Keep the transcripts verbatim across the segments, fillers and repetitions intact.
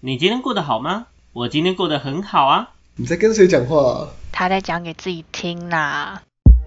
你今天过得好吗？我今天过得很好啊。 你在跟谁讲话啊？ 他在讲给自己听啦。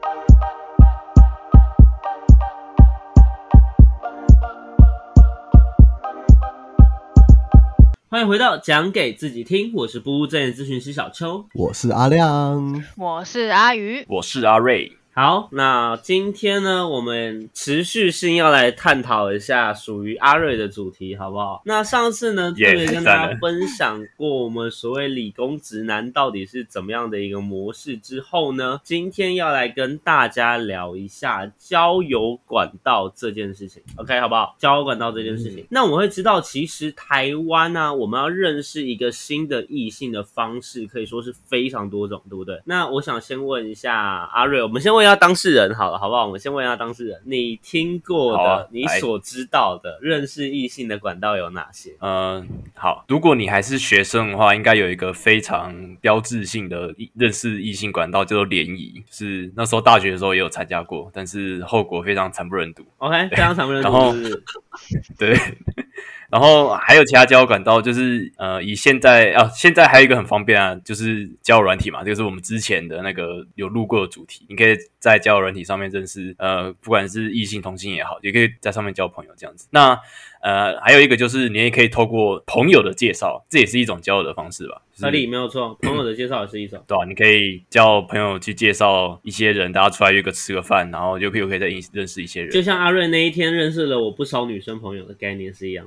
欢迎回到讲给自己听，我是不务正业咨询师小邱， 我是阿亮， 我是阿鱼， 我是阿瑞。 好，那今天呢，我们持续性要来探讨一下属于阿瑞的主题，好不好？那上次呢，特别跟大家分享过我们所谓理工直男到底是怎么样的一个模式之后呢，今天要来跟大家聊一下交友管道这件事情 ，OK， 好不好？交友管道这件事情，嗯、那我们会知道，其实台湾啊，我们要认识一个新的异性的方式，可以说是非常多种，对不对？那我想先问一下阿瑞，我们先问一下当事人好了，好不好？我们先问一下当事人，你听过的、啊、你所知道的认识异性的管道有哪些？ 嗯，好，如果你还是学生的话，应该有一个非常标志性的认识异性管道，叫做联谊，是那时候大学的时候也有参加过，但是后果非常惨不忍睹。 OK， 非常惨不忍睹。 然后，对。然后还有其他交友管道，就是呃，以现在啊，现在还有一个很方便啊，就是交友软体嘛，这个是我们之前的那个有录过的主题，你可以在交友软体上面认识呃，不管是异性同性也好，也可以在上面交朋友这样子。那呃，还有一个就是你也可以透过朋友的介绍，这也是一种交友的方式吧。 合理，没有错，朋友的介绍也是一种。 对啊，你可以叫朋友去介绍一些人，大家出来约个吃个饭，然后就可以可以再认识一些人。 就像阿瑞那一天认识了我不少女生朋友的概念是一样。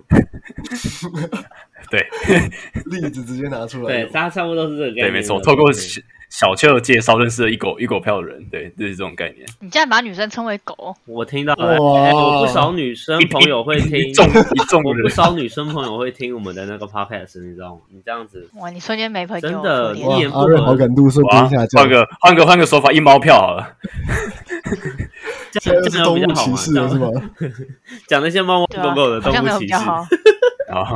对， 例子直接拿出来。 对，他差不多是这个概念。 对，没错，透过小邱的介绍认识了一狗一狗票的人，对，这是这种概念。 你竟然把女生称为狗？ 我听到了，欸、我不少女生朋友会听， 一众一众人， 我不少女生朋友会听我们的那个 podcast， 你知道吗？你这样子， 哇，你瞬间没朋友， 真的，一言不合，阿瑞好感度瞬间下降。 换个换个换个说法，一毛票好了。 这样这样比较好是吗？是吗？ 讲那些猫猫狗狗的动物歧视。 好。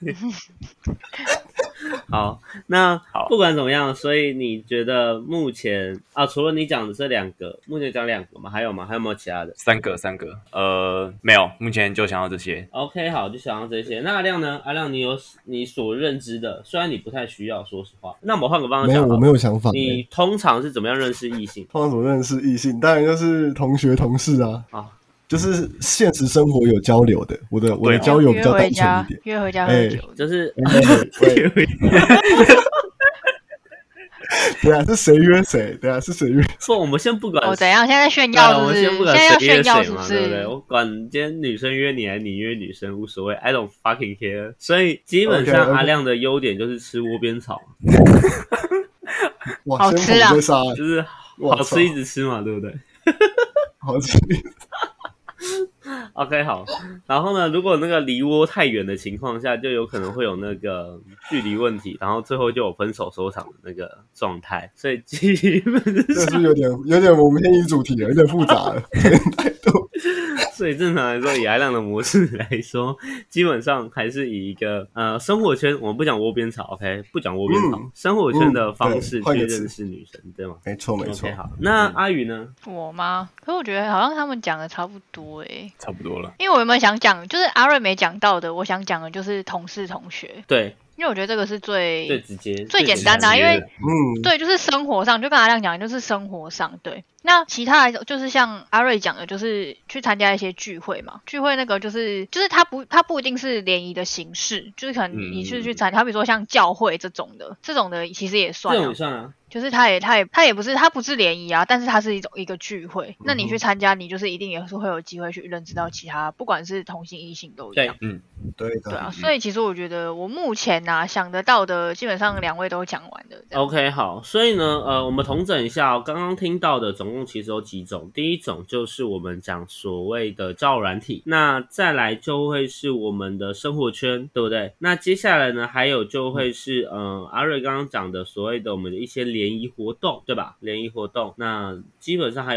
好，那不管怎么样，所以你觉得目前啊，除了你讲的这两个，目前讲两个吗？还有吗？还有没有其他的？ 三个，三个，呃，没有，目前就想要这些。 OK， 好，就想要这些。那阿亮呢？阿亮，你有你所认知的，虽然你不太需要，说实话。那我们换个方向想， 没有，我没有想法。 你通常是怎么样认识异性？ 通常怎么认识异性？当然就是同学、同事啊。啊。就是现实生活有交流的，我的我的交友比较单纯一点。 约回家喝酒， 欸、就是约回对啊，是谁约谁？对啊，是谁约？ 说我们先不管我、哦、怎样，现在炫耀是不是？ 我们先不管现在要谁约炫耀是谁嘛， 不是？ 对不对？我管今天女生约你还是你约女生无所谓 ，I don't fucking care。所以基本上 okay, okay. 阿亮的优点就是吃窝边草， 哇， 好吃啊， 就是好吃一直吃嘛，对不对？ 好吃。 OK， 好。然后呢，如果那个离窝太远的情况下，就有可能会有那个距离问题，然后最后就有分手收场的那个状态。所以基本上这是有点有点我们偏移主题了，有点复杂了，太多。 所以正常来说，以阿亮的模式来说，基本上还是以一个呃生活圈，我们不讲窝边草 ，OK， 不讲窝边草、嗯，生活圈的方式去认识女生，嗯、对吗？ 没错，没错。 OK， 好。那阿宇呢？ 我吗？可是我觉得好像他们讲的差不多诶、欸， 差不多了。 因为我有没有想讲，就是阿瑞没讲到的，我想讲的就是同事同学。 对。 因为我觉得这个是最最直接、 最简单的、啊，因为嗯， 对，就是生活上，就跟阿亮讲的，就是生活上对。那其他就是像阿瑞讲的，就是去参加一些聚会嘛，聚会那个就是就是他不他不一定是联谊的形式，就是可能你是去参加，好比说像教会这种的，这种的其实也算、啊， 这种也算啊。 就是他也他也他也不是他不是联谊啊，但是他是一种一个聚会。那你去参加，你就是一定也是会有机会去认识到其他，不管是同性异性都一样。 对， 嗯， 对的。 对啊，所以其实我觉得我目前啊想得到的，基本上两位都讲完了。 OK， 好，所以呢，呃，我们统整一下哦，刚刚听到的总共其实有几种。第一种就是我们讲所谓的交友软体，那再来就会是我们的生活圈，对不对？那接下来呢，还有就会是呃阿瑞刚刚讲的所谓的我们的一些联谊活动。对吧？联谊活动，那基本上还有吗？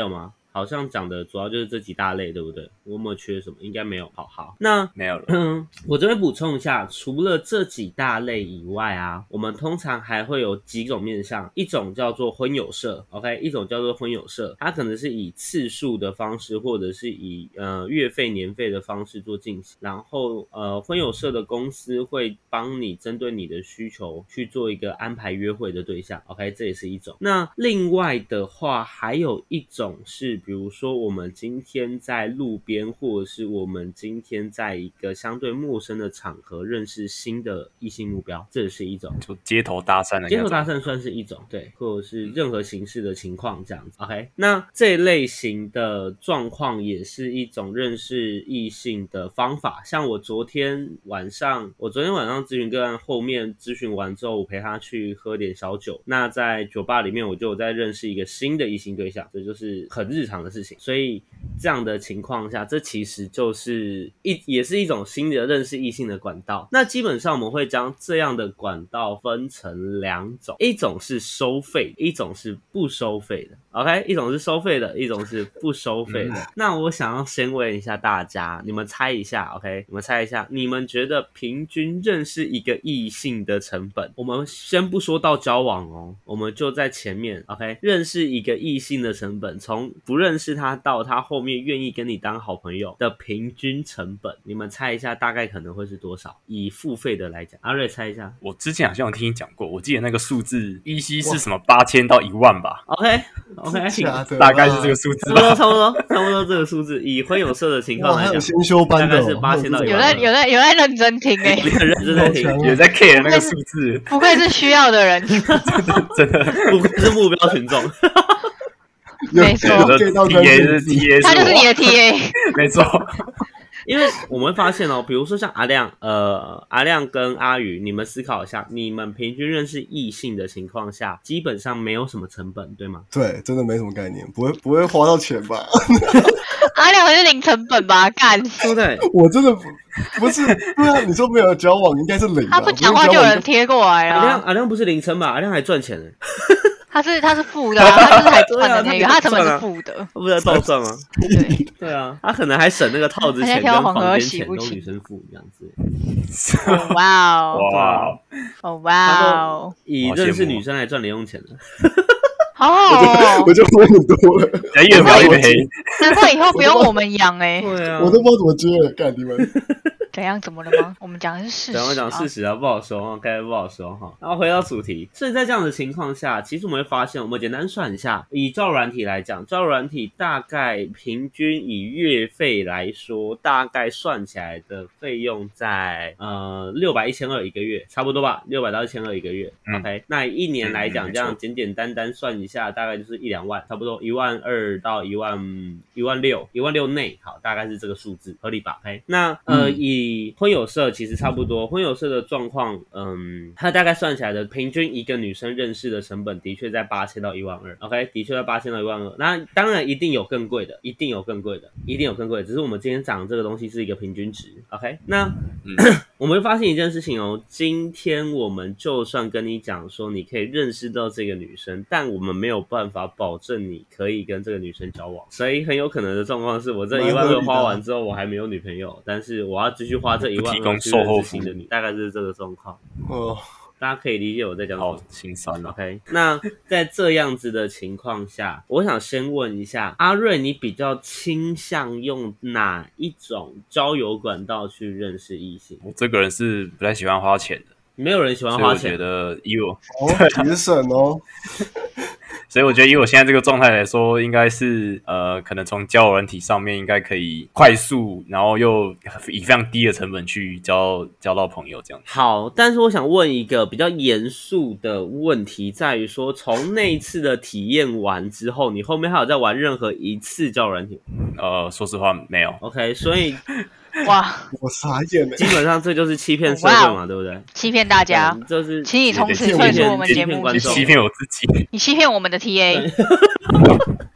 好像讲的主要就是这几大类，对不对？我有没有缺什么？应该没有。好好，那没有了。 嗯，我这边补充一下，除了这几大类以外啊，我们通常还会有几种面向，一种叫做婚友社 ，OK， 一种叫做婚友社，它可能是以次数的方式，或者是以呃月费、年费的方式做进行，然后呃婚友社的公司会帮你针对你的需求去做一个安排约会的对象 ，OK， 这也是一种。那另外的话，还有一种是，比如说我们今天在路边，或者是我们今天在一个相对陌生的场合认识新的异性目标，这也是一种。 就街头搭讪的， 街头搭讪算是一种，对，或者是任何形式的情况这样子。OK， 那这类型的状况也是一种认识异性的方法。像我昨天晚上，我昨天晚上咨询个案，后面咨询完之后，我陪他去喝点小酒。那在酒吧里面，我就有在认识一个新的异性对象，这就是很日常的事情。所以这样的情况下，这其实就是一也是一种新的认识异性的管道。那基本上我们会将这样的管道分成两种，一种是收费，一种是不收费的。OK， 一种是收费的，一种是不收费的。嗯、那我想要先问一下大家，你们猜一下 ，OK？ 你们猜一下，你们觉得平均认识一个异性的成本？我们先不说到交往哦，我们就在前面 ，OK？ 认识一个异性的成本，从不认识他到他后面愿意跟你当好朋友的平均成本，你们猜一下，大概可能会是多少？以付费的来讲，阿瑞猜一下。 我之前好像有听你讲过，我记得那个数字依稀是什么八千到一万吧 ？OK。OK， 大概是这个数字吧， 差不多，差不多，差不多这个数字。以婚友社的情况来讲， 先修班的、哦、 大概是八千到一万。 有在有在有在认真听哎、欸， 有认真在听， 有在 care 那个数字， 不愧是需要的人， 真的真的不愧是目标群众。 没错 ，T A 是 T A， 他就是你的 T A， 没错。 因为我们会发现哦，比如说像阿亮，呃，阿亮跟阿宇，你们思考一下，你们平均认识异性的情况下，基本上没有什么成本，对吗？ 对，真的没什么概念，不会不会花到钱吧？ 阿亮是零成本吧？干， 对不对？ 我真的不不是，对啊，你说没有交往应该是零吧， 他不讲话就有人贴过来了。 阿亮阿亮不是零成本，阿亮还赚钱呢。 他是他是负的、啊，他就是还赚的那个，他成本是负的， 他不是在倒赚吗？ 对对啊，他可能还省那个套子钱跟房间钱都女生付这样子。 哇哦哇哦哇哦！ 以认识女生来赚零用钱的。 好好哦， 我就不会很多了， 越描越黑。 难怪以后不用我们养哎、欸。 对啊， 我都不知道怎么接了，干你们。 怎样？怎么了吗？我们讲的是事实、啊。 讲我讲事实啊，不好说 ，OK， 不好说哈。然后回到主题，所以在这样的情况下，其实我们会发现，我们简单算一下，以交友软体来讲，交友软体大概平均以月费来说，大概算起来的费用在呃六百一千二一个月，差不多吧，六百到一千二一个月、嗯、，OK。那一年来讲，这样简简单单算一下，大概就是一两万，差不多一万二到一万一万六，一万六内，好，大概是这个数字，合理吧 ？OK。那呃、嗯、以以婚友社其实差不多，婚友社的状况，嗯，它大概算起来的平均一个女生认识的成本的确在八千到一万二 ，OK， 的确在八千到一万二。那当然一定有更贵的，一定有更贵的，一定有更贵的。只是我们今天讲的这个东西是一个平均值 ，OK。那、嗯、我们会发现一件事情哦，今天我们就算跟你讲说你可以认识到这个女生，但我们没有办法保证你可以跟这个女生交往，所以很有可能的状况是我这一万二花完之后，我还没有女朋友，但是我要继续花这一万二去认识新的女，大概是这个状况。哦，大家可以理解我在讲什么。 好心酸哦。 OK， 那在这样子的情况下，我想先问一下阿瑞，你比较倾向用哪一种交友管道去认识异性？ 我这个人是不太喜欢花钱的， 没有人喜欢花钱。 所以我觉得以我哦，节省哦。 所以我觉得以我现在这个状态来说，应该是呃，可能从交友软体上面应该可以快速，然后又以非常低的成本去交交到朋友这样。 好，但是我想问一个比较严肃的问题，在于说，从那一次的体验完之后，你后面还有再玩任何一次交友软体？ 呃，说实话没有。 OK， 所以。 哇， 我傻眼了！ 基本上这就是欺骗社会嘛，对不对？ 欺骗大家， 这是， 请你从此退出我们节目， 你欺骗我自己， 你欺骗我们的 T A。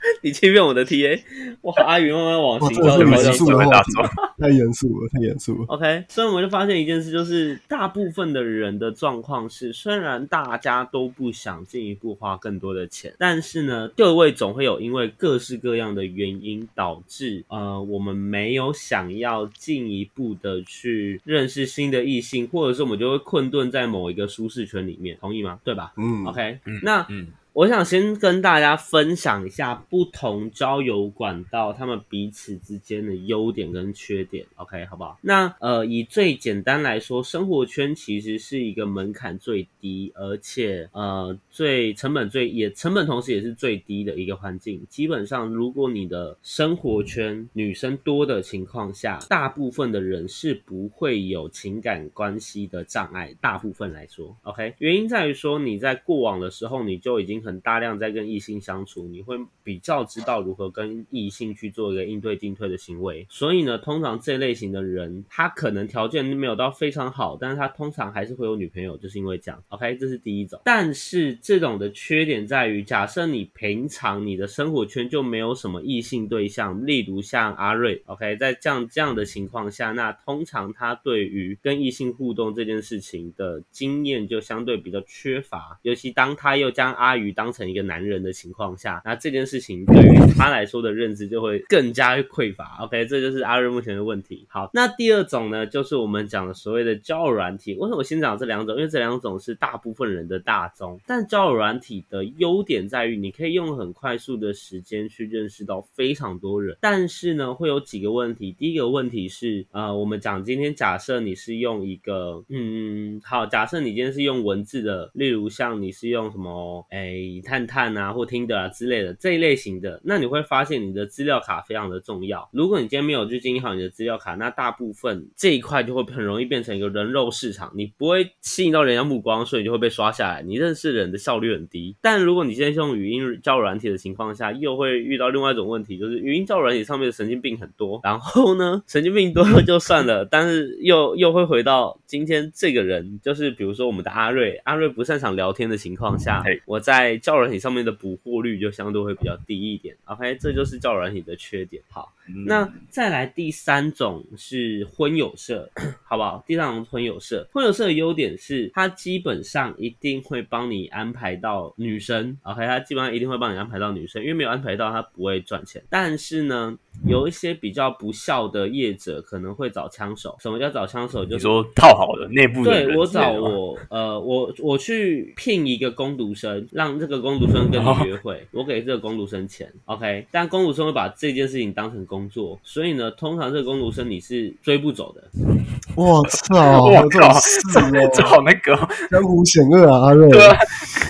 你欺骗我的 T A， 哇，阿宇慢慢往行销的方向走，太严肃了，太严肃了。 OK， 所以我们就发现一件事，就是大部分的人的状况是，虽然大家都不想进一步花更多的钱，但是呢，各位总会有因为各式各样的原因导致，呃，我们没有想要进一步的去认识新的异性，或者是我们就会困顿在某一个舒适圈里面，同意吗？对吧？嗯 ，OK， 嗯， 那嗯。 我想先跟大家分享一下不同交友管道他们彼此之间的优点跟缺点 ，OK 好不好？那呃以最简单来说，生活圈其实是一个门槛最低，而且呃最成本最也成本同时也是最低的一个环境。基本上如果你的生活圈女生多的情况下，大部分的人是不会有情感关系的障碍，大部分来说 ，OK， 原因在于说你在过往的时候你就已经很大量在跟异性相处，你会比较知道如何跟异性去做一个应对进退的行为，所以呢，通常这类型的人，他可能条件没有到非常好，但是他通常还是会有女朋友，就是因为这样 ，OK， 这是第一种。但是这种的缺点在于，假设你平常你的生活圈就没有什么异性对象，例如像阿瑞 ，OK， 在这样这样的情况下，那通常他对于跟异性互动这件事情的经验就相对比较缺乏，尤其当他又将阿鱼当成一个男人的情况下，那这件事情对于他来说的认知就会更加匮乏 OK， 这就是阿瑞目前的问题。好，那第二种呢，就是我们讲的所谓的交友软体。为什么我先讲这两种？因为这两种是大部分人的大宗，但交友软体的优点在于你可以用很快速的时间去认识到非常多人，但是呢会有几个问题。第一个问题是呃，我们讲今天假设你是用一个嗯好，假设你今天是用文字的，例如像你是用什么诶探探啊或 Tinder 啊之类的这一类型的，那你会发现你的资料卡非常的重要。如果你今天没有去经营好你的资料卡，那大部分这一块就会很容易变成一个人肉市场，你不会吸引到人家目光，所以你就会被刷下来，你认识人的效率很低。但如果你今天用语音交友软体的情况下，又会遇到另外一种问题，就是语音交友软体上面的神经病很多，然后呢神经病多就算了，但是又又会回到今天这个人，就是比如说我们的阿瑞，阿瑞不擅长聊天的情况下，我在交友软体上面的捕获率就相对会比较低一点 OK， 这就是交友软体的缺点。好，那再来第三种是婚友社好不好？第三种婚友社，婚友社的优点是它基本上一定会帮你安排到女生 OK， 它基本上一定会帮你安排到女生，因为没有安排到它不会赚钱。但是呢有一些比较不孝的业者可能会找枪手。什么叫找枪手？就是你说套好的内部的人， 对，我找我呃我我去聘一个工读生，让这个工读生跟你约会、哦、我给这个工读生钱 OK， 但工读生会把这件事情当成工作，所以呢通常这个工读生你是追不走的。 我操， 我靠， 这好那个江湖险恶啊，阿瑞。 对啊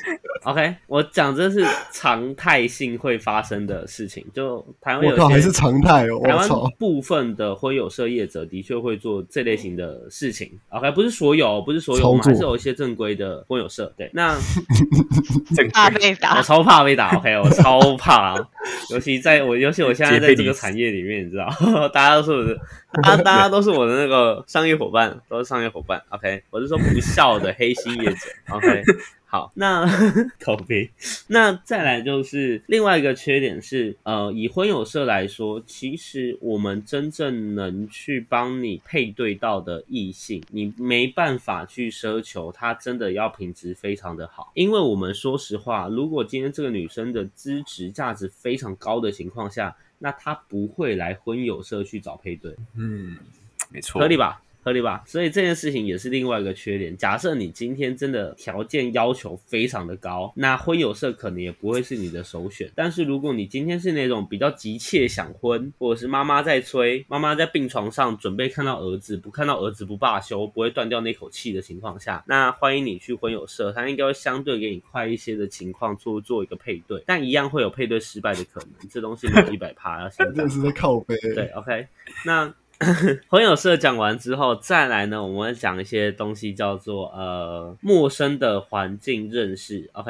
OK， 我讲这是常态性会发生的事情，就台湾有些， 我靠，还是常态哦。 台湾部分的婚友社业者的确会做这类型的事情。OK， 不是所有，不是所有，我们还是有一些正规的婚友社。对，那怕被打， 我超怕被打。OK， 我超怕，尤其在我，尤其我现在在这个产业里面，你知道，大家都是我的，大家大家都是我的那个商业伙伴，都是商业伙伴。OK， 我是说不孝的黑心业者。OK。好，那口碑，那再来就是另外一个缺点是，呃，以婚友社来说，其实我们真正能去帮你配对到的异性，你没办法去奢求他真的要品质非常的好，因为我们说实话，如果今天这个女生的资质价值非常高的情况下，那她不会来婚友社去找配对。 嗯，没错， 合理吧？合理吧？所以这件事情也是另外一个缺点。假设你今天真的条件要求非常的高，那婚友社可能也不会是你的首选。但是如果你今天是那种比较急切想婚，或者是妈妈在催，妈妈在病床上准备看到儿子，不看到儿子不罢休，不会断掉那口气的情况下，那欢迎你去婚友社，它应该会相对给你快一些的情况做做一个配对，但一样会有配对失败的可能，这东西没有 百分之百 要先讲。 这是在靠背。 对 ，OK， 那。婚友社讲完之后，再来呢，我们会讲一些东西叫做呃陌生的环境认识 ，OK，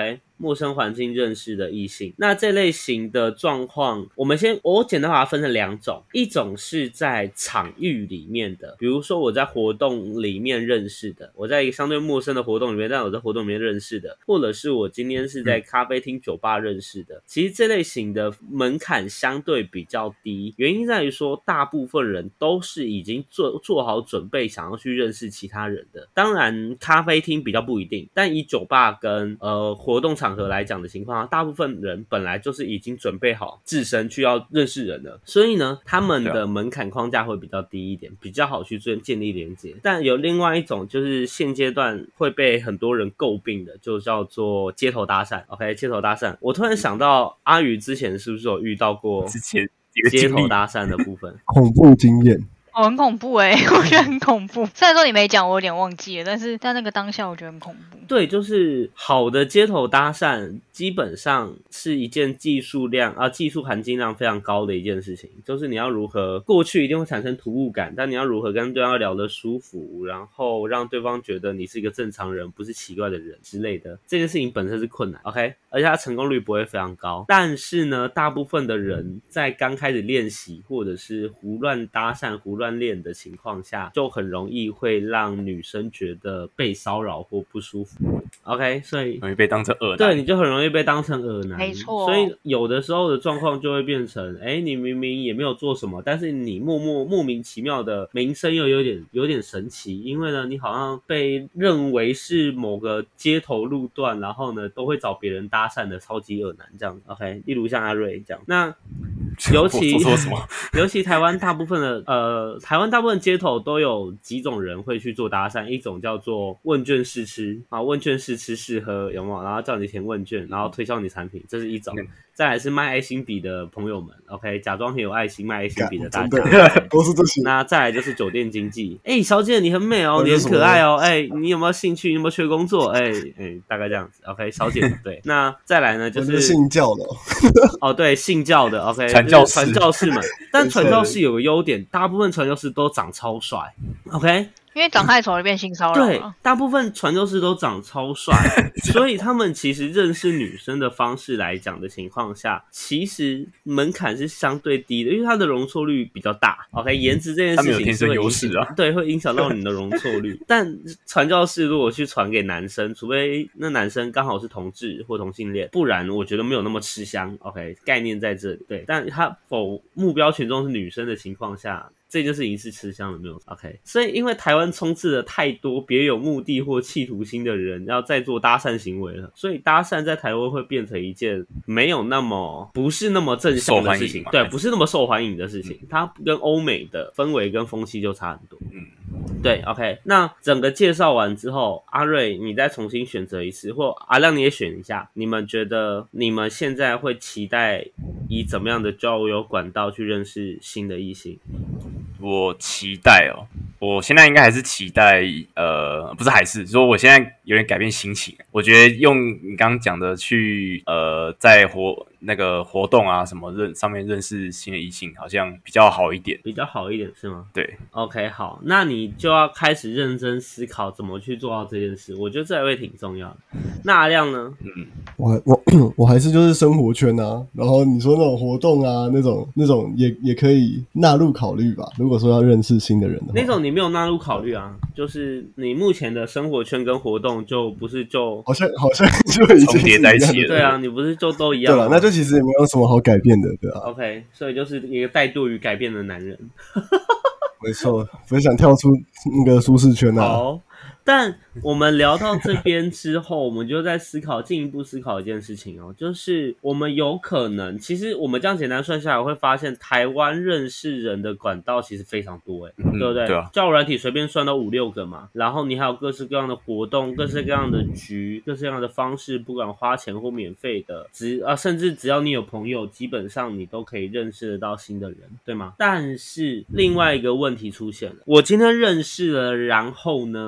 陌生环境认识的异性。那这类型的状况，我们先我简单把它分成两种，一种是在场域里面的，比如说我在活动里面认识的，我在一个相对陌生的活动里面，但我在活动里面认识的，或者是我今天是在咖啡厅、酒吧认识的。其实这类型的门槛相对比较低，原因在于说大部分人都是已经做做好准备想要去认识其他人的。当然咖啡厅比较不一定，但以酒吧跟呃活动场合来讲的情况，大部分人本来就是已经准备好自身去要认识人了，所以呢他们的门槛框架会比较低一点，比较好去建立连接。但有另外一种就是现阶段会被很多人诟病的，就叫做街头搭讪。 OK， 街头搭讪，我突然想到阿宇之前是不是有遇到过之前街头搭讪的部分？ 恐怖经验。 哦，很恐怖哎、欸，我觉得很恐怖。虽然说你没讲，我有点忘记了，但是在那个当下，我觉得很恐怖。 对，就是好的街头搭讪，基本上是一件技术量啊，技术含金量非常高的一件事情。就是你要如何过去一定会产生突兀感，但你要如何跟对方聊得舒服，然后让对方觉得你是一个正常人，不是奇怪的人之类的，这件事情本身是困难 ，OK， 而且它成功率不会非常高。但是呢，大部分的人在刚开始练习或者是胡乱搭讪、胡乱练的情况下，就很容易会让女生觉得被骚扰或不舒服。OK， 所以容易被当成恶男， 对，你就很容易被当成恶男， 没错。 所以有的时候的状况就会变成，哎，你明明也没有做什么，但是你默默莫名其妙的名声又有点有点神奇，因为呢，你好像被认为是某个街头路段，然后呢都会找别人搭讪的超级恶男这样。OK， 例如像阿瑞这样，那尤其说什么？ 尤其台湾大部分的呃，台湾大部分街头都有几种人会去做搭讪，一种叫做问卷试吃啊，问卷试吃试喝有没有？然后叫你填问卷，然后推销你产品，这是一种。再来是卖爱心笔的朋友们 ，OK， 假装很有爱心卖爱心笔的大家， 都是这些。 那再来就是酒店经济，哎、欸，小姐你很美哦，你很可爱哦，哎、欸，你有没有兴趣？你有没有缺工作？哎、欸、哎、欸，大概这样子 ，OK， 小姐对。那再来呢就是信教的哦，对，信教的 ，OK， 传教士， 传教士们。但传教士有个优点，大部分传教士都长超帅 ，OK。 因为长太丑就变性骚扰了。 对，大部分传教士都长超帅，所以他们其实认识女生的方式来讲的情况下，其实门槛是相对低的，因为它的容错率比较大。OK， 颜值这件事情是会影响啊，对，会影响到你的容错率。但传教士如果去传给男生，除非那男生刚好是同志或同性恋，不然我觉得没有那么吃香。OK， 概念在这里。对，但他否目标群众是女生的情况下，这件事情是吃香的，没有 OK。所以因为台湾充斥了太多别有目的或企图心的人要再做搭讪行为了，所以搭讪在台湾会变成一件没有那么不是那么正向的事情，对，不是那么受欢迎的事情。嗯、它跟欧美的氛围跟风气就差很多。嗯，对 OK。那整个介绍完之后，阿瑞你再重新选择一次，或阿亮你也选一下，你们觉得你们现在会期待以怎么样的交友管道去认识新的异性？ 我期待哦，我现在应该还是期待，呃，不是还是说我现在有点改变心情。我觉得用你刚刚讲的去，呃，在活那个活动啊什么认上面认识新的异性，好像比较好一点， 比较好一点是吗？ 对 ，OK， 好，那你就要开始认真思考怎么去做到这件事。我觉得这也会挺重要的。那阿亮呢？ 嗯，我我我还是就是生活圈啊，然后你说那种活动啊，那种那种也也可以纳入考虑吧。如果说要认识新的人的话， 那种你没有纳入考虑啊，就是你目前的生活圈跟活动就不是就好像好像就已经重叠在一起了。 对啊，你不是就都一样吗？ 对了，那就其实也没有什么好改变的，对啊。 OK， 所以就是一个怠惰于改变的男人。 没错，不是想跳出那个舒适圈啊。 好。但我们聊到这边之后，我们就在思考进一步思考一件事情哦，就是我们有可能，其实我们这样简单算下来，会发现台湾认识人的管道其实非常多，哎、嗯，对不对？ 对啊， 交友软体随便算到五六个嘛，然后你还有各式各样的活动、各式各样的局、各式各样的方式，不管花钱或免费的，只啊，甚至只要你有朋友，基本上你都可以认识得到新的人，对吗？但是另外一个问题出现了，我今天认识了，然后呢，就是。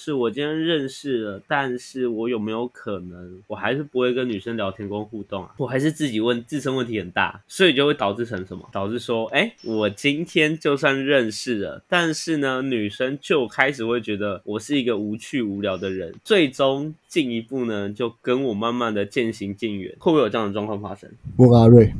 是我今天认识了，但是我有没有可能我还是不会跟女生聊天跟互动啊？我还是自己问，自身问题很大，所以就会导致成什么？导致说，哎，我今天就算认识了，但是呢，女生就开始会觉得我是一个无趣无聊的人，最终进一步呢，就跟我慢慢的渐行渐远。会不会有这样的状况发生？ 问阿瑞。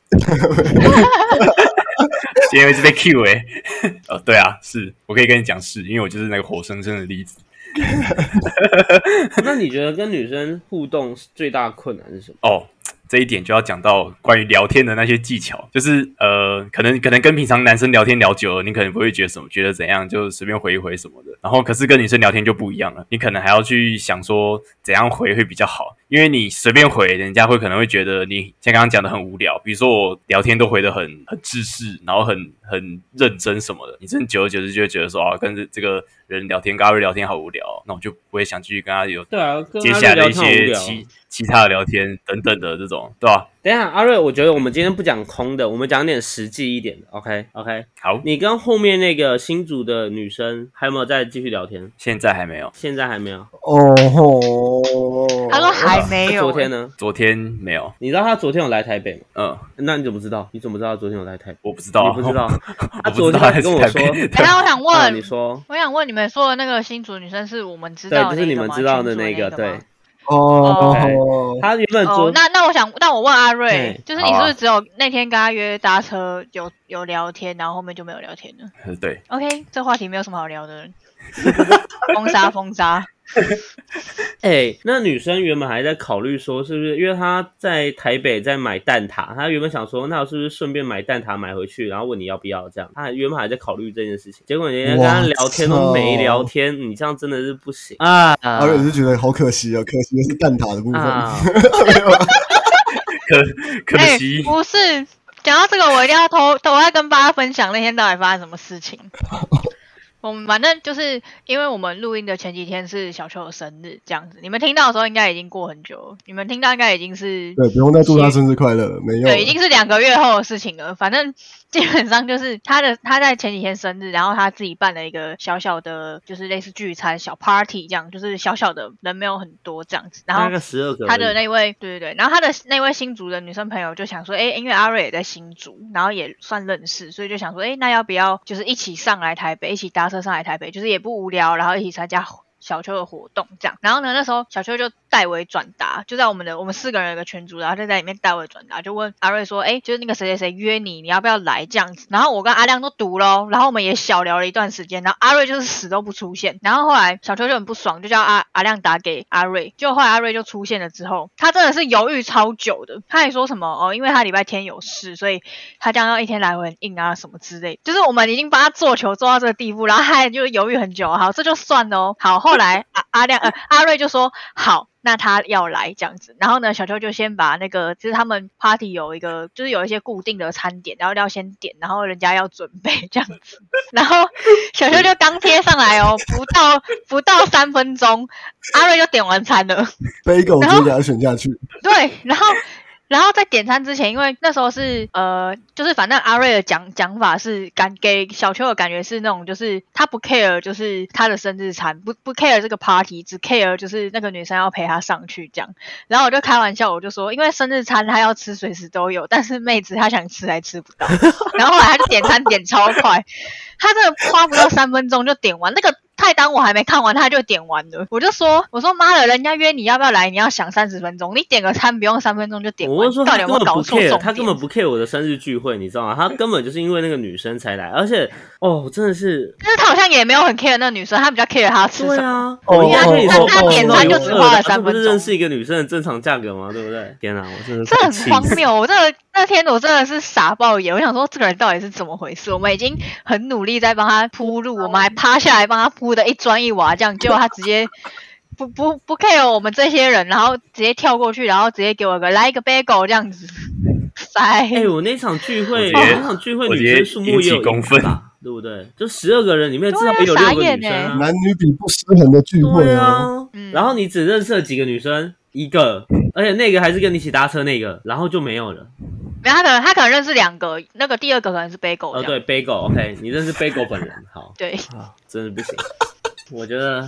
今天是被 Q 哎、欸，哦，对啊，是我可以跟你讲是，因为我就是那个活生生的例子。 那你觉得跟女生互动最大的困难是什么？ 哦，这一点就要讲到关于聊天的那些技巧，就是呃，可能可能跟平常男生聊天聊久了，你可能不会觉得什么，觉得怎样就随便回一回什么的。然后可是跟女生聊天就不一样了，你可能还要去想说怎样回会比较好，因为你随便回，人家会可能会觉得你像刚刚讲的很无聊。比如说我聊天都回得很很制式，然后很很认真什么的，你真的久而久之就会觉得说啊，跟这个人聊天，跟阿瑞聊天好无聊，那我就不会想继续跟他有对啊， 接下来的一些其其他的聊天等等的这种，对吧、啊？ 等一下，阿瑞，我觉得我们今天不讲空的，我们讲点实际一点的。OK OK， 好， 你跟后面那个新竹的女生还有没有再继续聊天？ 现在还没有， 现在还没有。 哦吼， 他说还没有、欸。 昨天呢？ 昨天没有。 你知道他昨天有来台北吗？ 嗯， 那你怎么知道？你怎么知道他昨天有来台北？ 我不知道、啊， 你不知道？他昨天还跟我说。 等一下，我想问、 啊，你说， 我想问你们说的那个新竹女生是我们知道的那个吗？ 对，就是你们知道的那个，对。 哦， okay, 他原本哦，那那我想，那我问阿瑞，就是你是不是啊只有那天跟他约搭车有有聊天，然后后面就没有聊天了？ 对 ，OK， 这话题没有什么好聊的，封杀封杀。 哎、欸，那女生原本还在考虑说，是不是因为她在台北在买蛋挞，她原本想说，那我是不是顺便买蛋挞买回去，然后问你要不要这样？她原本还在考虑这件事情，结果你连跟她聊天都没聊天，你这样真的是不行啊！ 阿瑞是觉得好可惜哦，可惜的是蛋挞的部分。啊、 可可惜、 欸、不是，讲到这个，我一定要偷，我要跟大家分享那天到底发生什么事情。我们反正就是因为我们录音的前几天是小秋的生日，这样子，你们听到的时候应该已经过很久了，你们听到应该已经是对，不用再祝他生日快乐了，没有， 对，已经是两个月后的事情了。反正基本上就是他的他在前几天生日，然后他自己办了一个小小的，就是类似聚餐小 party 这样，就是小小的人没有很多这样子。然后大概十二个， 他的那位对对对，然后他的那位新竹的女生朋友就想说，哎，因为阿瑞也在新竹，然后也算认识，所以就想说，哎，那要不要就是一起上来台北，一起搭车上来台北，就是也不无聊，然后一起参加小秋的活动这样。然后呢，那时候小秋就代为转达，就在我们的我们四个人有个群组，然后就在里面代为转达，就问阿瑞说，哎，就是那个谁谁谁约你，你要不要来这样子？然后我跟阿亮都读咯，然后我们也小聊了一段时间，然后阿瑞就是死都不出现。然后后来小秋就很不爽，就叫阿阿亮打给阿瑞，结果后来阿瑞就出现了之后，他真的是犹豫超久的，他还说什么哦，因为他礼拜天有事，所以他这样要一天来回很硬啊什么之类，就是我们已经帮他做球做到这个地步，然后他还就犹豫很久，好，这就算了哦。好，后来阿阿亮呃阿瑞就说好。那他要来这样子，然后呢，小秋就先把那个，就是他们 party 有一个，就是有一些固定的餐点，然后要先点，然后人家要准备这样子，然后小秋就刚贴上来哦，不到不到三分钟，阿瑞就点完餐了， 杯狗直接给他选下去， 对，然后。然后在点餐之前，因为那时候是呃，就是反正阿瑞的讲讲法是感给小秋的感觉是那种，就是他不 care，就是他的生日餐，不不 care 这个 party， 只 care 就是那个女生要陪他上去这样。然后我就开玩笑，我就说，因为生日餐他要吃随时都有，但是妹子她想吃还吃不到。然后后来他就点餐点超快，他真的花不到三分钟就点完那个。菜单我还没看完，他就点完了。我就说，我说妈的，人家约你要不要来，你要想三十分钟，你点个餐不用三分钟就点完。 我就说他根本不 care， 他根本不 care 我的生日聚会，你知道吗？他根本就是因为那个女生才来，而且哦，真的是， 但是他好像也没有很 care 那个女生，他比较 care 他吃什么。 对啊， 哦， 因为他跟你说， 他点餐就只花了三分钟， 不是认识一个女生的正常价格吗？对不对？天哪，我真的这很荒谬，我真的那天我真的是傻爆眼，我想说这个人到底是怎么回事？我们已经很努力在帮他铺路，我们还趴下来帮他铺的一砖一瓦。这样，结果他直接不不不 care 我们这些人，然后直接跳过去，然后直接给我个来一个 bagel 这样子。塞！ 哎、欸，我那场聚会，我那场聚会女生数目也有公分吧，对不对？就十二个人里面至少也有六个女生、啊啊， 男女比不失衡的聚会啊。嗯、然后你只认识了几个女生，一个，而且那个还是跟你一起搭车那个，然后就没有了。 没有，他可能他可能认识两个，那个第二个可能是 bagel。 哦，对 bagel，OK，、okay, 你认识 bagel 本人，好， 对， 啊，真的不行。我觉得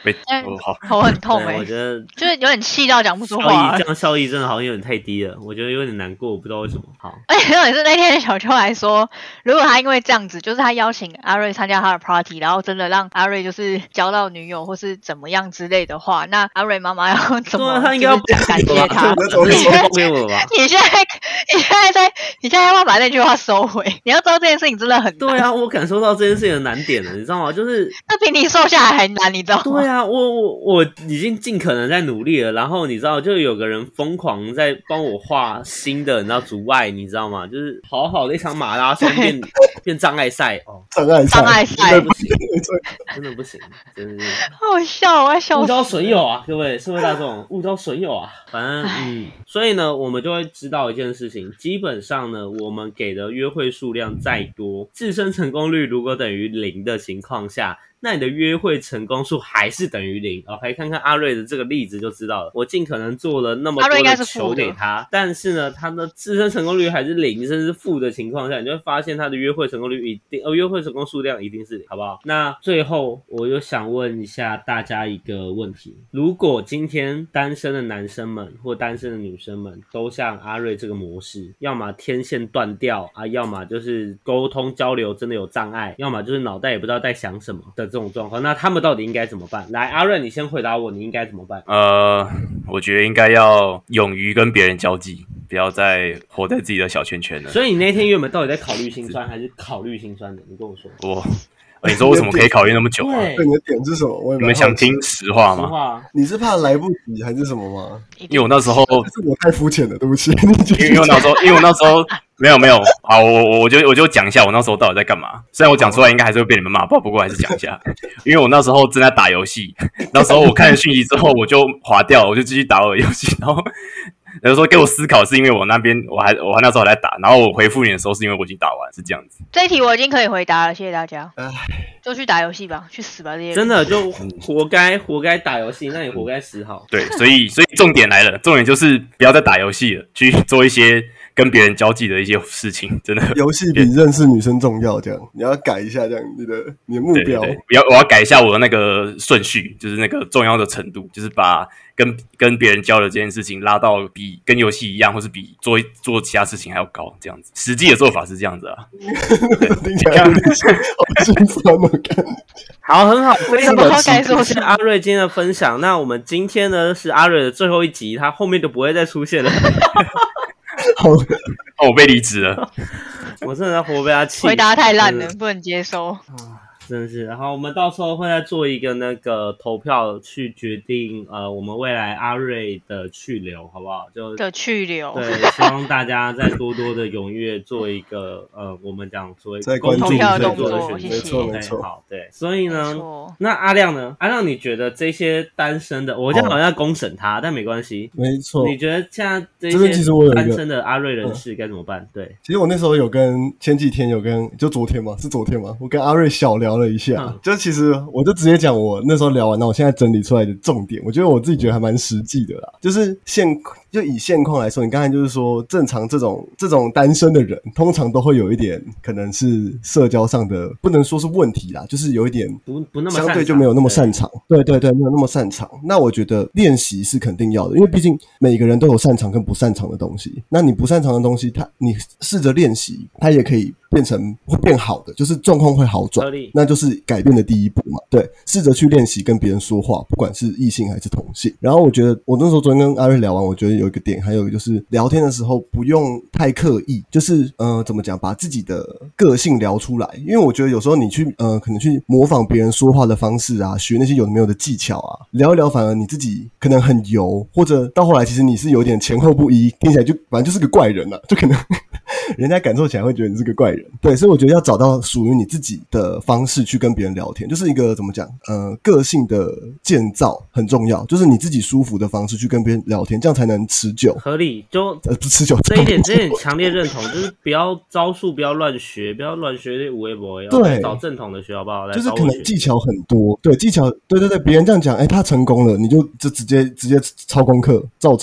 被哦好头很痛哎、欸， 我觉得就是有点气到讲不出话、啊。 这样效益真的好像有点太低了，我觉得有点难过，我不知道为什么。好， 而且重点是那天小秋还说，如果他因为这样子，就是他邀请阿瑞参加他的 party， 然后真的让阿瑞就是交到女友或是怎么样之类的话，那阿瑞妈妈要怎么？ 对啊，他应该要感谢他。 你现在给我吧。 你现在你现在在你现在要不要把那句话收回？你要知道这件事情真的很难。 对啊，我感受到这件事情的难点了，你知道吗？就是这比你瘦下来还难，你知道吗？ 对啊，我我我已经尽可能在努力了，然后你知道，就有个人疯狂在帮我画新的，你知道阻碍，你知道吗？就是好好的一场马拉松变变障碍赛哦， 障碍障碍赛不行，真的不行，真的是好笑，我要笑死。 误招损友啊，各位社会大众，误招损友啊，反正嗯，所以呢，我们就会知道一件事情，基本上呢，我们给的约会数量再多，自身成功率如果等于零的情况下，那你的约会成功数还是等于零。OK， 看看阿瑞的这个例子就知道了。我尽可能做了那么多的球给他，但是呢，他的自身成功率还是零，甚至是负的情况下，你就会发现他的约会成功率一定，呃，约会成功数量一定是零，好不好？那最后，我就想问一下大家一个问题：如果今天单身的男生们或单身的女生们都像阿瑞这个模式，要么天线断掉啊，要么就是沟通交流真的有障碍，要么就是脑袋也不知道在想什么的这种状况，那他们到底应该怎么办？来，阿瑞，你先回答我，你应该怎么办？ 呃，我觉得应该要勇于跟别人交际，不要再活在自己的小圈圈了。 所以你那天原本到底在考虑心酸还是考虑心酸的？你跟我说。 我。你说为什么可以考虑那么久啊？ 对，你的点是什么？我也你们想听实话吗？ 实话， 你是怕来不及还是什么吗？ 因为我那时候是我太肤浅了，对不起。 因为我那时候，因为我那时候没有没有，好，我我我就我就讲一下我那时候到底在干嘛。虽然我讲出来应该还是会被你们骂爆，不过还是讲一下。因为我那时候正在打游戏，那时候我看了讯息之后我就滑掉，我就继续打我的游戏，然后。有时候给我思考，是因为我那边我还我还那时候还在打，然后我回复你的时候是因为我已经打完，是这样子。 这一题我已经可以回答了，谢谢大家。就去打游戏吧，去死吧这些人！ 真的就活该，活该打游戏，那你活该死好。 对，所以所以重点来了，重点就是不要再打游戏了，去做一些跟别人交际的一些事情，真的。 游戏比认识女生重要，这样你要改一下，这样你的你的目标。 对对对，不要，我要改一下我的那个顺序，就是那个重要的程度，就是把跟跟别人交流这件事情拉到比跟游戏一样，或是比做做其他事情还要高，这样子。实际的做法是这样子啊。 听起来有点好心酸哦，感好，很好，非常的该说是阿瑞今天的分享。那我们今天呢是阿瑞的最后一集，他后面就不会再出现了。 好， 哦，我被离职了， 我真的活被他气。 回答太烂了，不能接受。 真的是，然后我们到时候会再做一个那个投票，去决定呃我们未来阿瑞的去留，好不好？就的去留。 对，希望大家再多多的踊跃做一个呃我们讲所谓公投票的动作作， 选择， 没错没错。 好，对，所以呢，那阿亮呢？阿亮，你觉得这些单身的，我这样好像在公审他，但没关系， 没错。 你觉得现在这些单身的阿瑞人士该怎么办？对， 其实我那时候有跟前几天有跟，就昨天嘛，是昨天嘛，我跟阿瑞小聊了一下，嗯、就其实我就直接讲我那时候聊完，那我现在整理出来的重点，我觉得我自己觉得还蛮实际的啦。就是现就以现况来说，你刚才就是说，正常这种这种单身的人，通常都会有一点可能是社交上的，不能说是问题啦，就是有一点不不那么相对就没有那么擅长，对对对，没有那么擅长。那我觉得练习是肯定要的，因为毕竟每个人都有擅长跟不擅长的东西。那你不擅长的东西，它你试着练习，它也可以变成会变好的，就是状况会好转，那就是改变的第一步嘛。对，试着去练习跟别人说话，不管是异性还是同性。然后我觉得我那时候昨天跟阿瑞聊完，我觉得有一个点，还有一个就是聊天的时候不用太刻意，就是呃怎么讲，把自己的个性聊出来。因为我觉得有时候你去呃可能去模仿别人说话的方式啊，学那些有的没有的技巧啊，聊一聊反而你自己可能很油，或者到后来其实你是有点前后不一，听起来就反正就是个怪人啊，就可能人家感受起来会觉得你是个怪人。对，所以我觉得要找到属于你自己的方式去跟别人聊天，就是一个怎么讲呃个性的建造很重要，就是你自己舒服的方式去跟别人聊天，这样才能持久。 合理，就呃不持久， 这一点这一点强烈认同，就是不要招数不要乱学，不要乱学这无微博， 对， 找正统的学好不好？ 就是可能技巧很多，对技巧，对对对，别人这样讲，哎，他成功了，你就就直接直接抄功课照抄。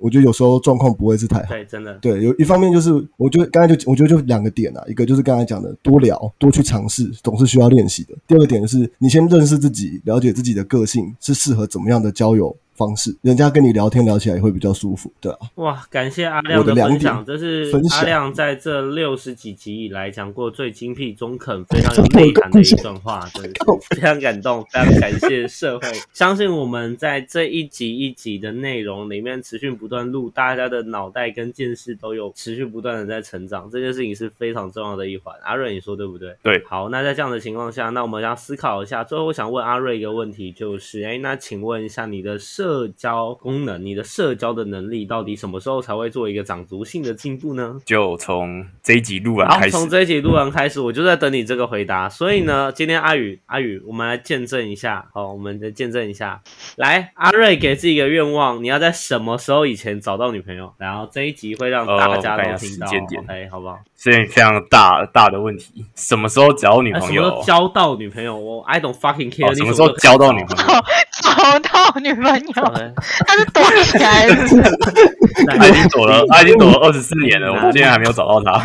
我觉得有时候状况不会是太好。 对，真的。 对，有一方面就是，我觉得刚才就我觉得就两个点啊，一个就是刚才讲的多聊、多去尝试，总是需要练习的。第二个点就是你先认识自己，了解自己的个性是适合怎么样的交友方式，人家跟你聊天聊起来也会比较舒服，对啊。 哇，感谢阿亮的分享，这是阿亮在这六十几集以来讲过最精辟、中肯、非常有内涵的一段话，真的非常感动，非常感谢社会。相信我们在这一集一集的内容里面持续不断录，大家的脑袋跟见识都有持续不断的在成长，这件事情是非常重要的一环。阿瑞，你说对不对？ 对。 好，那在这样的情况下，那我们要思考一下。最后，我想问阿瑞一个问题，就是，哎，那请问一下你的社交功能，你的社交的能力到底什么时候才会做一个长足性的进步呢？ 就从这一集录完开始。 从这一集录完开始，我就在等你这个回答。所以呢，今天阿宇，阿宇，我们来见证一下。好，我们来见证一下。来，阿瑞给自己一个愿望，你要在什么时候以前找到女朋友？然后这一集会让大家都听到。 呃、时间点 ，OK， 好不好？ 是非常大大的问题。什么时候找女朋友？ 什么时候交到女朋友？我 I don't fucking care、哦。 什么时候交到女朋友？ 找到女朋友，他是躲起来的。 他已经躲了，他已经躲了二十四年了，我到现在还没有找到他。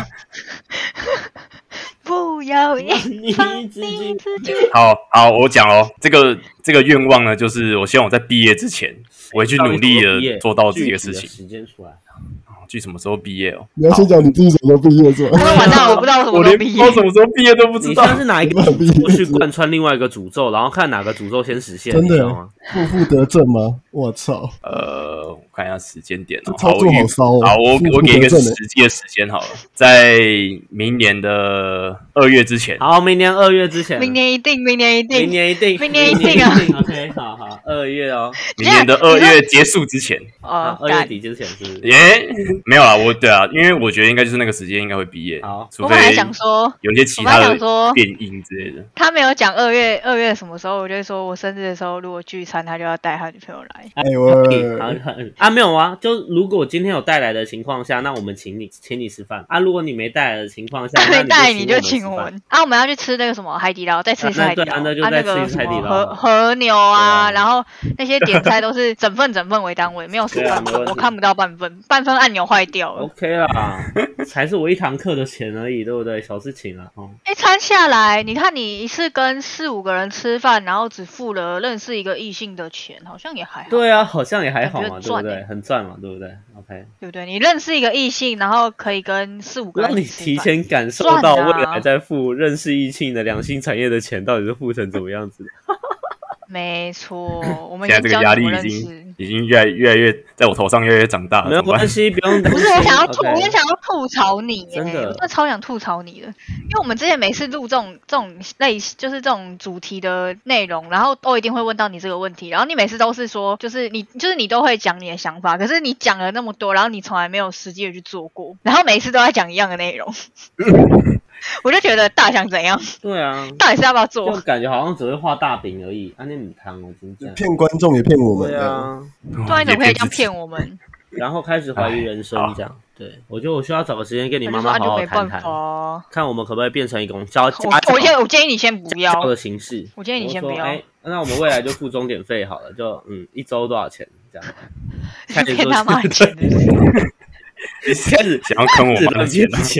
不要放你自己。 好好，我讲哦，这个这个愿望呢，就是我希望我在毕业之前，我会去努力的做到这个事情。 时间出来。 去什么时候毕业哦？ 你要先讲你自己什么时候毕业是吧？ 完蛋，我不知道什么时候毕业， 我连什么时候毕业都不知道。 你像是哪一个过去贯穿另外一个诅咒，然后看哪个诅咒先实现， 真的你知道吗？ 负负得正吗？我操！ 呃，我看一下时间点哦。 操作好骚哦。 好，我我给一个实际的时间好了，在明年的二月之前。 好，明年二月之前。 明年一定，明年一定， 明年一定， 明年一定啊 ！OK， 好好，二月哦。 明年的二月结束之前。 哦， 二月底之前是不是？ 耶，没有啦，我对啊，因为我觉得应该就是那个时间应该会毕业。 好， 除非我还想说有些其他的变因之类的。 他没有讲二月二月什么时候，我就说我生日的时候如果聚餐，他就要带他女朋友来。 哎呦， 啊没有啊，就如果今天有带来的情况下，那我们请你请你吃饭啊。如果你没带来的情况下， 没带你就请我们啊。我们要去吃那个什么海底捞，再吃一次海底捞。 啊，那就再吃一次海底捞。 和和牛啊，然后那些点菜都是整份整份为单位，没有十半份，我看不到半份，半份按钮坏掉了。 OK 啦，才是我一堂课的钱而已，对不对？小事情啦。哦， 一餐下来，你看你一次跟四五个人吃饭，然后只付了认识一个异性的钱，好像也还好。 对啊，好像也还好嘛，对不对？ 欸、 很赚嘛，对不对 ？OK， 对不对？你认识一个异性，然后可以跟四五个人吃饭， 让你提前感受到未来在付认识异性的两性产业的钱到底是付成怎么样子的。 没错，我们现在这个压力已经已经越来越来越在我头上越来越长大了。 没有关系，不用担心。 不是我想要吐， okay. 我想要吐槽你， 真的， 我真的超想吐槽你的，因为我们之前每次录这种这种类就是这种主题的内容，然后都一定会问到你这个问题，然后你每次都是说，就是你就是你都会讲你的想法，可是你讲了那么多，然后你从来没有实际的去做过，然后每次都在讲一样的内容。我就觉得大想怎样？ 对啊， 到底是要不要做？ 就感觉好像只会画大饼而已，啊，那母汤哦，真的骗观众也骗我们。 对啊， 对，你怎么可以这样骗我们？ 然后开始怀疑人生，这样。对，我觉得我需要找个时间跟你妈妈好好谈谈， 啊、 看我们可不可以变成一种教家我我建我建议你先不要的形式。 我建议你先不要。 哎，那我们未来就付钟点费好了，就嗯，一周多少钱这样？ 看骗他妈的钱。 你开始想要坑我妈的钱了。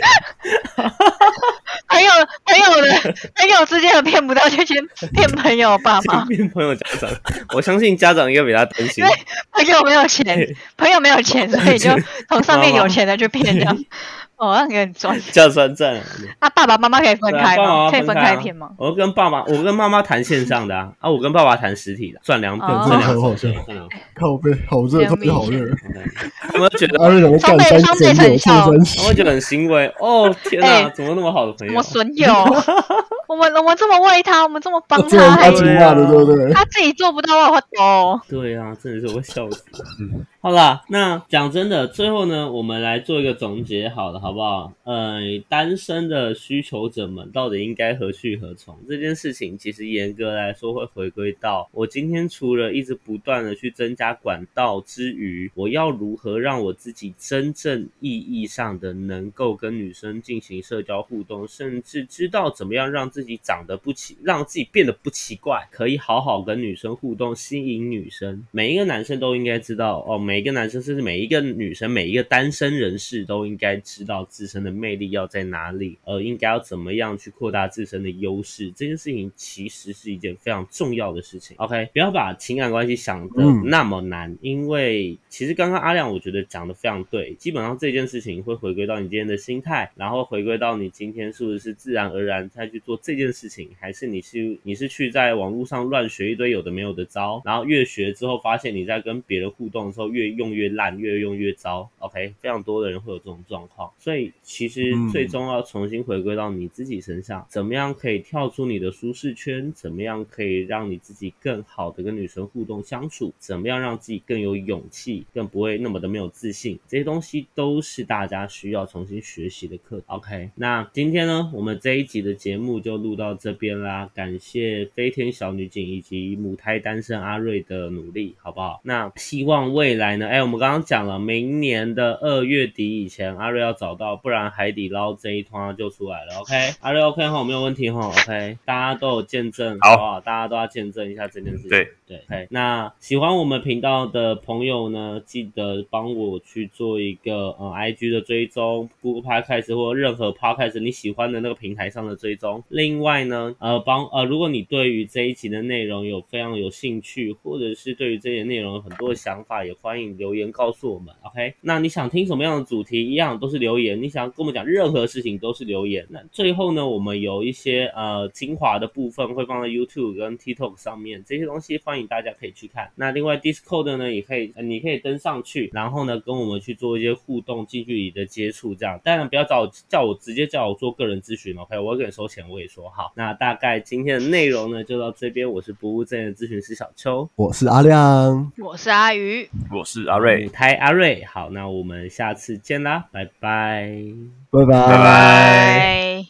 朋友朋友的朋友之间的骗不到，就先骗朋友爸妈， 骗朋友家长。我相信家长应该比他担心。 因为朋友没有钱，朋友没有钱，所以就从上面有钱的去骗这样。哦，那很赚， 叫算赚了。 那爸爸妈妈可以分开吗？ 啊、妈妈可以分开骗吗？ 我跟爸爸，我跟妈妈谈线上的啊，啊，我跟爸爸谈实体的，赚两点，赚两好笑，靠背好热，特别好热。 有没有觉得阿瑞怎么干三神有出身？我觉得很欣慰。哦，天哪，欸、怎么那么好的朋友？ 我损友，我们我们这么为他，我们这么帮他，还骂的，对不对？ 他自己做不到，我会抖。 对啊，真的是我会笑死。好啦，那讲真的，最后呢，我们来做一个总结，好了，好不好？呃，单身的需求者们到底应该何去何从？这件事情其实严格来说会回归到我今天除了一直不断的去增加管道之余，我要如何让我自己真正意义上的能够跟女生进行社交互动，甚至知道怎么样让自己己长得不奇，让自己变得不奇怪，可以好好跟女生互动，吸引女生。每一个男生都应该知道哦，每一个男生甚至每一个女生，每一个单身人士都应该知道自身的魅力要在哪里，呃，应该要怎么样去扩大自身的优势。这件事情其实是一件非常重要的事情。OK， 不要把情感关系想得那么难，嗯、因为其实刚刚阿亮我觉得讲得非常对，基本上这件事情会回归到你今天的心态，然后回归到你今天是不是自然而然再去做这件事情，还是你是你是去在网络上乱学一堆有的没有的招，然后越学之后发现你在跟别人互动的时候越用越烂，越用越糟。 OK， 非常多的人会有这种状况，所以其实最终要重新回归到你自己身上，怎么样可以跳出你的舒适圈，怎么样可以让你自己更好的跟女生互动相处，怎么样让自己更有勇气，更不会那么的没有自信，这些东西都是大家需要重新学习的课。 OK， 那今天呢我们这一集的节目就录到这边啦，感谢飞天小女警以及母胎单身阿瑞的努力，好不好？那希望未来呢，哎，我们刚刚讲了明年的二月底以前阿瑞要找到，不然海底捞这一团就出来了。 OK， 阿瑞 OK 齁，没有问题齁。 OK， 大家都有见证，好不好？大家都要见证一下这件事情。 对对 OK， 那喜欢我们频道的朋友呢，记得帮我去做一个呃 I G 的追踪， Google Podcast 或任何 Podcast 你喜欢的那个平台上的追踪。另外呢呃帮呃如果你对于这一集的内容有非常有兴趣，或者是对于这些内容有很多的想法，也欢迎留言告诉我们。 OK， 那你想听什么样的主题一样都是留言，你想跟我们讲任何事情都是留言。那最后呢我们有一些呃精华的部分会放在 YouTube 跟 TikTok 上面，这些东西欢迎大家可以去看。那另外 Discord 呢也可以、呃、你可以登上去，然后呢跟我们去做一些互动近距离的接触，这样当然不要找我叫我直接叫我做个人咨询 OK， 我会给你收钱，我也说好。那大概今天的内容呢就到这边，我是不务正业的咨询师小邱， 我是阿亮， 我是阿鱼， 我是阿瑞， 母胎阿瑞。好，那我们下次见啦，拜拜， 拜拜拜拜。